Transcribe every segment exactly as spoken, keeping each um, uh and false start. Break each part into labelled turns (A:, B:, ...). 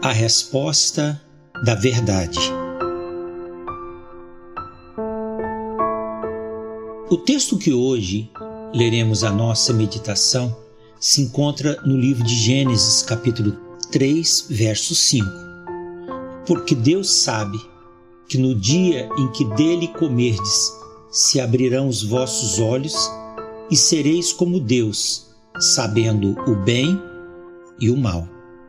A: A resposta da verdade. O texto que hoje leremos a nossa meditação se encontra no livro de Gênesis, capítulo três, verso cinco. Porque Deus sabe que no dia em que dele comerdes, se abrirão os vossos olhos e sereis como Deus, sabendo o bem e o mal.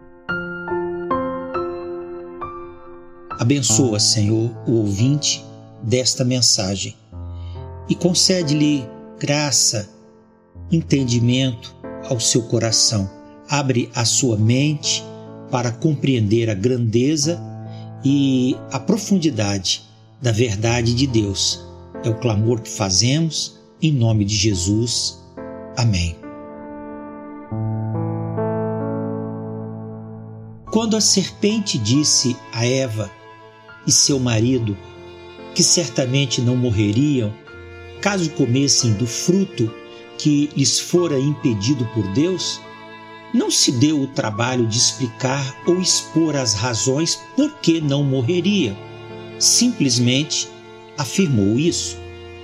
A: Abençoa, Senhor, o ouvinte desta mensagem e concede-lhe graça, entendimento ao seu coração. Abre a sua mente para compreender a grandeza e a profundidade da verdade de Deus. É o clamor que fazemos em nome de Jesus. Amém. Quando a serpente disse a Eva e seu marido que certamente não morreriam caso comessem do fruto que lhes fora impedido por Deus, não se deu o trabalho de explicar ou expor as razões por que não morreriam. Simplesmente afirmou isso.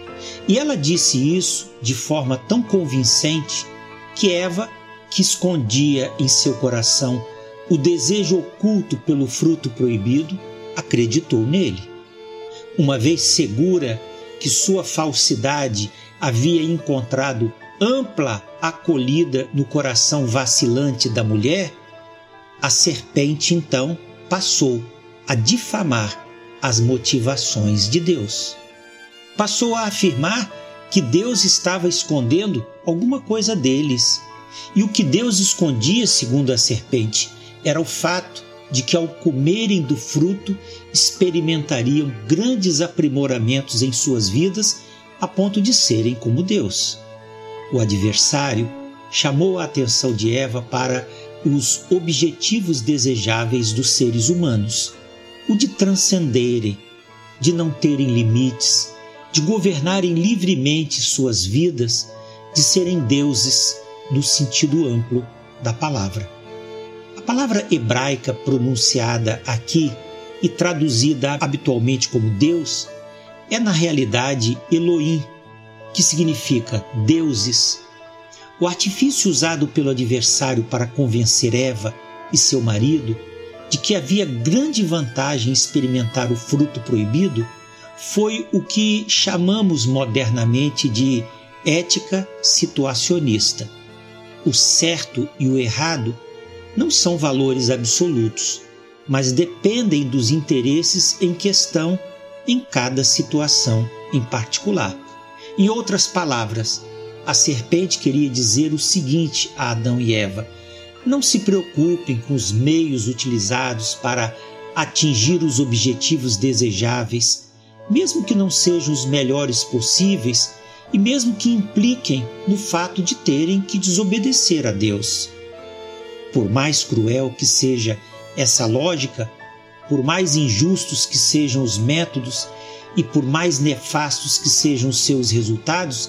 A: E ela disse isso de forma tão convincente que Eva, que escondia em seu coração o desejo oculto pelo fruto proibido, acreditou nele. Uma vez segura que sua falsidade havia encontrado ampla acolhida no coração vacilante da mulher, a serpente então passou a difamar as motivações de Deus. Passou a afirmar que Deus estava escondendo alguma coisa deles. E o que Deus escondia, segundo a serpente, era o fato de que ao comerem do fruto experimentariam grandes aprimoramentos em suas vidas a ponto de serem como Deus. O adversário chamou a atenção de Eva para os objetivos desejáveis dos seres humanos, o de transcenderem, de não terem limites, de governarem livremente suas vidas, de serem deuses no sentido amplo da palavra. A palavra hebraica pronunciada aqui e traduzida habitualmente como Deus é na realidade Elohim, que significa deuses. O artifício usado pelo adversário para convencer Eva e seu marido de que havia grande vantagem em experimentar o fruto proibido foi o que chamamos modernamente de ética situacionista. O certo e o errado não são valores absolutos, mas dependem dos interesses em questão em cada situação em particular. Em outras palavras, a serpente queria dizer o seguinte a Adão e Eva: não se preocupem com os meios utilizados para atingir os objetivos desejáveis, mesmo que não sejam os melhores possíveis e mesmo que impliquem no fato de terem que desobedecer a Deus. Por mais cruel que seja essa lógica, por mais injustos que sejam os métodos e por mais nefastos que sejam os seus resultados,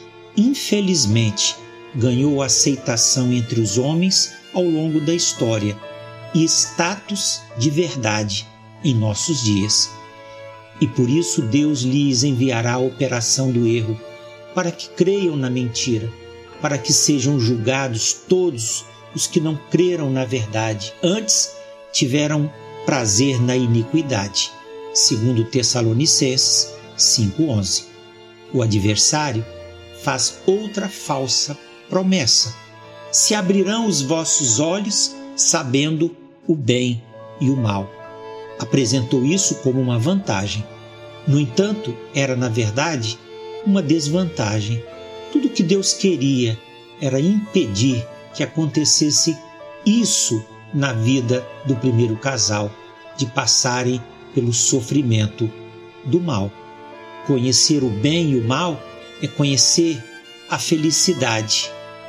A: infelizmente ganhou aceitação entre os homens ao longo da história e status de verdade em nossos dias. E por isso Deus lhes enviará a operação do erro, para que creiam na mentira, para que sejam julgados todos os que não creram na verdade, antes tiveram prazer na iniquidade. Segundo Tessalonicenses cinco, onze. O adversário faz outra falsa promessa: se abrirão os vossos olhos sabendo o bem e o mal. Apresentou isso como uma vantagem. No entanto, era na verdade uma desvantagem. Tudo o que Deus queria era impedir que acontecesse isso na vida do primeiro casal, de passarem pelo sofrimento do mal. Conhecer o bem e o mal é conhecer a felicidade,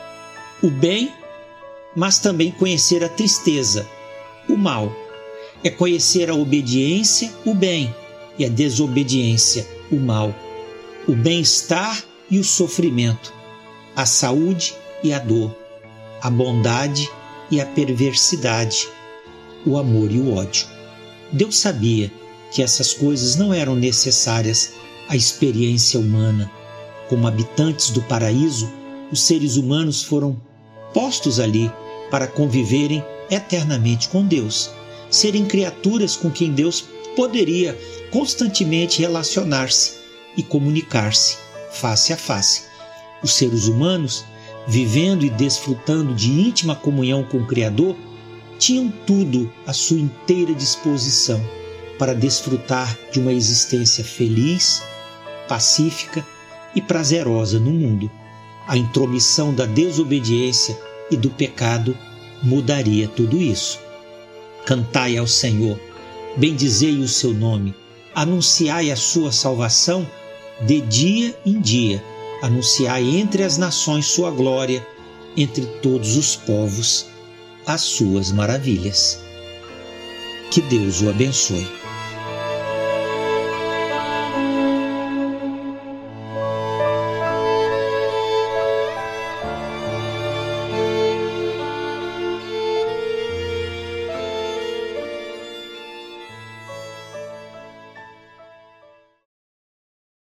A: o bem, mas também conhecer a tristeza. O mal é conhecer a obediência, o bem, e a desobediência, o mal. O bem-estar e o sofrimento, a saúde e a dor, a bondade e a perversidade, o amor e o ódio. Deus sabia que essas coisas não eram necessárias à experiência humana. Como habitantes do paraíso, os seres humanos foram postos ali para conviverem eternamente com Deus, serem criaturas com quem Deus poderia constantemente relacionar-se e comunicar-se face a face. Os seres humanos, vivendo e desfrutando de íntima comunhão com o Criador, tinham tudo à sua inteira disposição para desfrutar de uma existência feliz, pacífica e prazerosa no mundo. A intromissão da desobediência e do pecado mudaria tudo isso. Cantai ao Senhor, bendizei o seu nome, anunciai a sua salvação de dia em dia, anunciai entre as nações sua glória, entre todos os povos as suas maravilhas. Que Deus o abençoe.